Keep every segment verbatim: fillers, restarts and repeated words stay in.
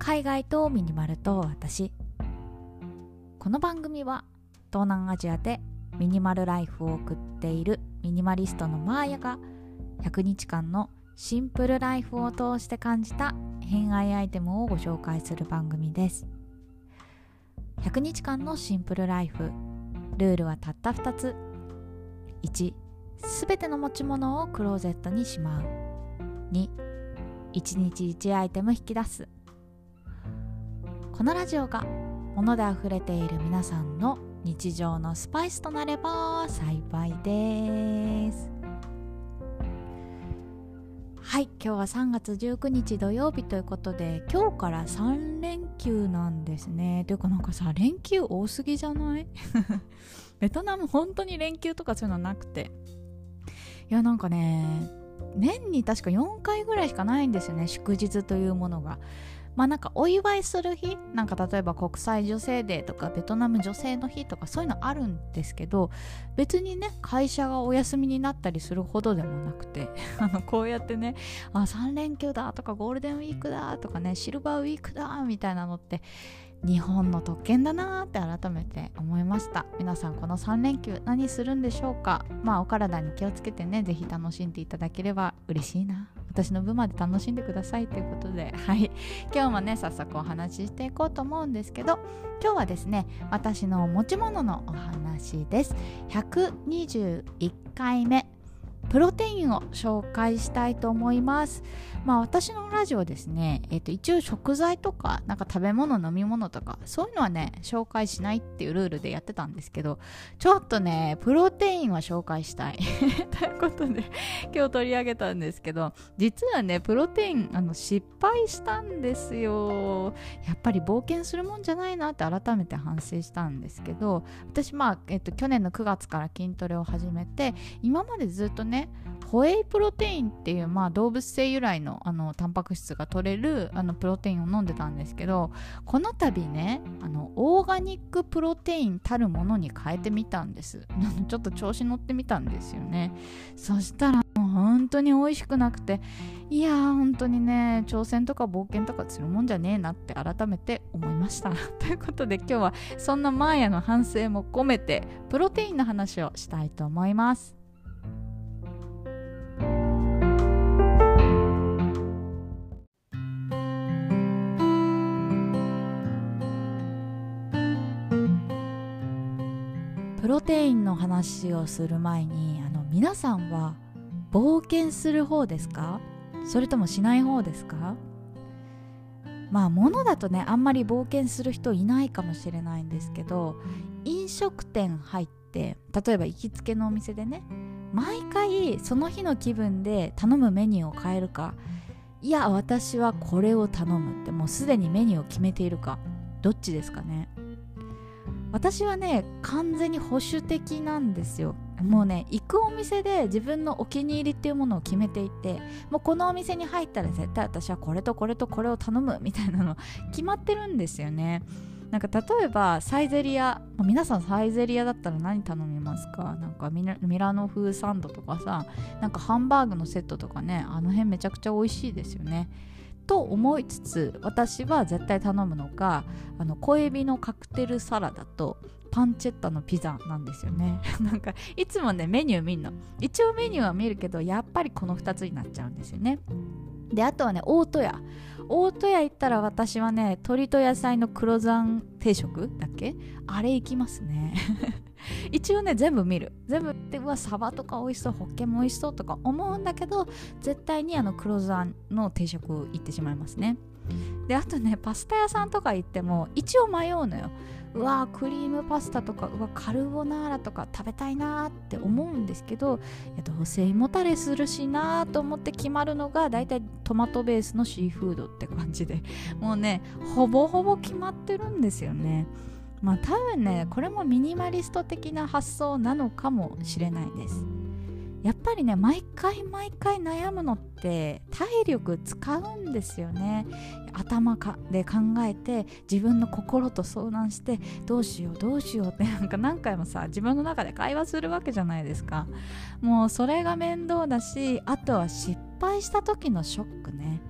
海外とミニマルと私。この番組は東南アジアでミニマルライフを送っているミニマリストのマーヤがひゃくにちかんのシンプルライフを通して感じた偏愛アイテムをご紹介する番組です。ひゃくにちかんのシンプルライフ、ルールはたったふたつ。いち、すべての持ち物をクローゼットにしまう。に、いちにちいちアイテム引き出す。このラジオが物であふれている皆さんの日常のスパイスとなれば幸いです。はい、今日はさんがつじゅうくにち土曜日ということで、今日からさんれんきゅうなんですね。というかなんかさ、連休多すぎじゃないベトナム本当に連休とかそういうのなくて、いやなんかね、年に確かよんかいぐらいしかないんですよね、祝日というものが。まあなんかお祝いする日、なんか例えば国際女性デーとかベトナム女性の日とかそういうのあるんですけど、別にね会社がお休みになったりするほどでもなくてあのこうやってね、あさんれんきゅうだとかゴールデンウィークだとかね、シルバーウィークだみたいなのって日本の特権だなって改めて思いました。皆さんこのさんれんきゅう何するんでしょうか。まあお体に気をつけてね、ぜひ楽しんでいただければ嬉しいな。私の分まで楽しんでくださいということで、はい、今日もね早速お話ししていこうと思うんですけど、今日はですね、私の持ち物のお話です。ひゃくにじゅういっかいめ、プロテインを紹介したいと思います。まあ私のラジオですね、えっと一応食材とかなんか食べ物飲み物とかそういうのはね紹介しないっていうルールでやってたんですけど、ちょっとねプロテインは紹介したいということで今日取り上げたんですけど、実はねプロテインあの失敗したんですよ。やっぱり冒険するもんじゃないなって改めて反省したんですけど、私まあ、えっと、去年のくがつから筋トレを始めて、今までずっとねホエイプロテインっていう、まあ、動物性由来の、あのタンパク質が取れるあのプロテインを飲んでたんですけど、この度ねあのオーガニックプロテインたるものに変えてみたんです。ちょっと調子乗ってみたんですよね。そしたらもう本当に美味しくなくて、いやー本当にね挑戦とか冒険とかするもんじゃねえなって改めて思いましたということで今日はそんなマーヤの反省も込めてプロテインの話をしたいと思います。プロテインの話をする前に、あの皆さんは冒険する方ですか？それともしない方ですか？まあ物だとねあんまり冒険する人いないかもしれないんですけど、飲食店入って例えば行きつけのお店でね、毎回その日の気分で頼むメニューを変えるか、いや私はこれを頼むってもうすでにメニューを決めているか、どっちですかね？私はね完全に保守的なんですよ。もうね行くお店で自分のお気に入りっていうものを決めていて、もうこのお店に入ったら絶対私はこれとこれとこれを頼むみたいなの決まってるんですよね。なんか例えばサイゼリア、皆さんサイゼリアだったら何頼みますか？なんかミラ、ミラノ風サンドとかさ、なんかハンバーグのセットとかね、あの辺めちゃくちゃ美味しいですよねと思いつつ、私は絶対頼むのがあの小エビのカクテルサラダとパンチェッタのピザなんですよねなんかいつもねメニュー見るの、一応メニューは見るけどやっぱりこのふたつになっちゃうんですよね。であとはね大戸屋大戸屋行ったら私はね鶏と野菜の黒山定食だっけ、あれ行きますね一応ね全部見る、全部でうわサバとか美味しそう、ホッケも美味しそうとか思うんだけど、絶対にあの黒山の定食行ってしまいますね。であとねパスタ屋さんとか行っても一応迷うのよ。うわクリームパスタとかうわカルボナーラとか食べたいなって思うんですけど、いやどうせ胃もたれするしなと思って決まるのがだいたいトマトベースのシーフードって感じで、もうねほぼほぼ決まってるんですよね。まあ多分ねこれもミニマリスト的な発想なのかもしれないです。やっぱりね毎回毎回悩むのって体力使うんですよね。頭かで考えて自分の心と相談してどうしようどうしようってなんか何回もさ自分の中で会話するわけじゃないですか。もうそれが面倒だし、あとは失敗した時のショックね。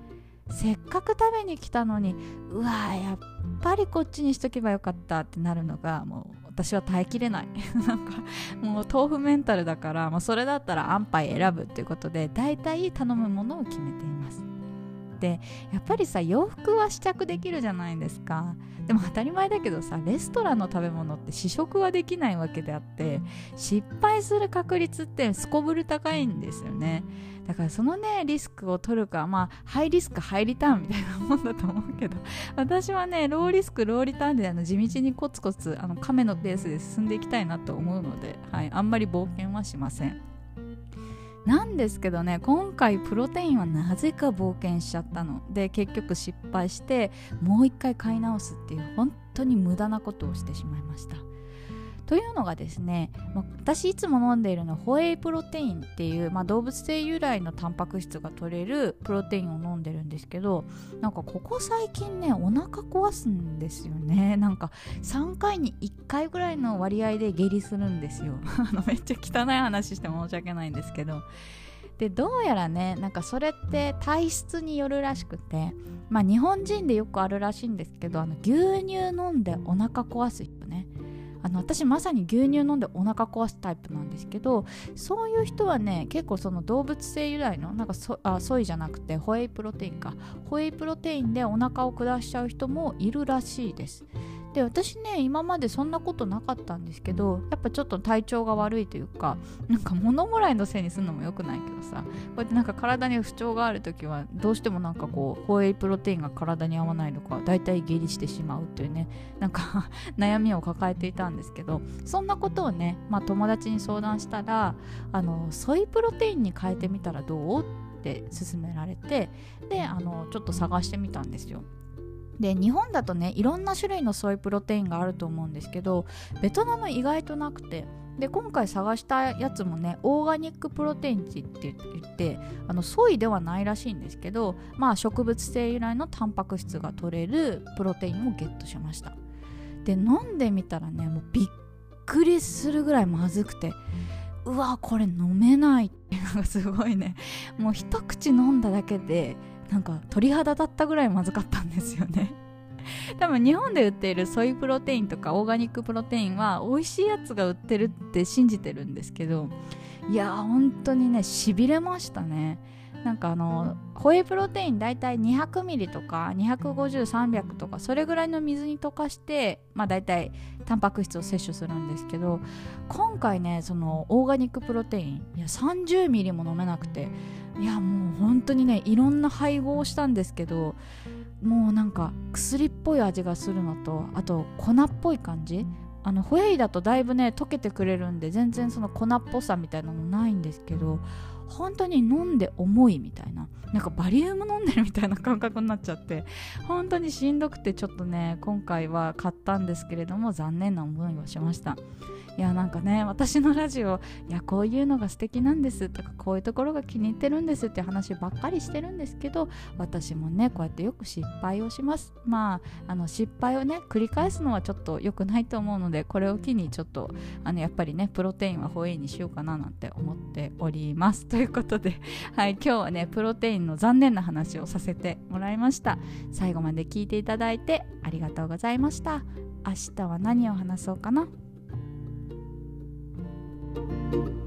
せっかく食べに来たのに、うわーやっぱりこっちにしとけばよかったってなるのがもう私は耐えきれないなんかもう豆腐メンタルだから、もうそれだったら安牌選ぶっていうことでだいたい頼むものを決めています。でやっぱりさ、洋服は試着できるじゃないですか。でも当たり前だけどさ、レストランの食べ物って試食はできないわけであって、失敗する確率ってすこぶる高いんですよね。だからそのねリスクを取るか、まあハイリスクハイリターンみたいなもんだと思うけど、私はねローリスクローリターンであの地道にコツコツあの亀のペースで進んでいきたいなと思うので、はい、あんまり冒険はしません。なんですけどね、今回プロテインはなぜか冒険しちゃったので、結局失敗してもう一回買い直すっていう本当に無駄なことをしてしまいました。というのがですね、私いつも飲んでいるのはホエイプロテインっていう、まあ、動物性由来のタンパク質が取れるプロテインを飲んでるんですけど、なんかここ最近ねお腹壊すんですよね。なんかさんかいにいっかいぐらいの割合で下痢するんですよあのめっちゃ汚い話して申し訳ないんですけど、でどうやらね、なんかそれって体質によるらしくて、まあ日本人でよくあるらしいんですけど、あの牛乳飲んでお腹壊す人ね、あの私まさに牛乳飲んでお腹壊すタイプなんですけど、そういう人はね結構その動物性由来のなんかソあソイじゃなくてホエイプロテインかホエイプロテインでお腹を下しちゃう人もいるらしいです。で私ね今までそんなことなかったんですけど、やっぱちょっと体調が悪いというか、なんか物もらいのせいにするのもよくないけどさ、こうやってなんか体に不調があるときはどうしてもなんかこうホエイプロテインが体に合わないのかだいたい下痢してしまうというね、なんか悩みを抱えていたんですけど、そんなことをね、まあ、友達に相談したら、あのソイプロテインに変えてみたらどうって勧められて、であのちょっと探してみたんですよ。で日本だとねいろんな種類のソイプロテインがあると思うんですけど、ベトナム意外となくて、で今回探したやつもねオーガニックプロテインって言ってあのソイではないらしいんですけど、まあ植物性由来のタンパク質が取れるプロテインをゲットしました。で飲んでみたらねもうびっくりするぐらいまずくて、うわこれ飲めないっていうのがすごいね、もう一口飲んだだけでなんか鳥肌立ったぐらいまずかったんですよね多分日本で売っているソイプロテインとかオーガニックプロテインは美味しいやつが売ってるって信じてるんですけど、いやー本当にねしびれましたね。なんかあのホエイプロテインだいたいにひゃくミリとかにひゃくごじゅう、さんびゃくとかそれぐらいの水に溶かして、まあ、だいたいタンパク質を摂取するんですけど、今回ねそのオーガニックプロテインいやさんじゅうミリも飲めなくて、いやもう本当にねいろんな配合をしたんですけど、もうなんか薬っぽい味がするのと、あと粉っぽい感じ、あのホエイだとだいぶね溶けてくれるんで全然その粉っぽさみたいなのないんですけど、本当に飲んで重いみたいな、なんかバリウム飲んでるみたいな感覚になっちゃって、本当にしんどくてちょっとね今回は買ったんですけれども残念な思いをしました。いやなんかね私のラジオいやこういうのが素敵なんですとかこういうところが気に入ってるんですって話ばっかりしてるんですけど、私もねこうやってよく失敗をします。まああの失敗をね繰り返すのはちょっと良くないと思うので、これを機にちょっとあのやっぱりねプロテインはホエイにしようかななんて思っておりますということで、はい今日はねプロテインの残念な話をさせてもらいました。最後まで聞いていただいてありがとうございました。明日は何を話そうかな。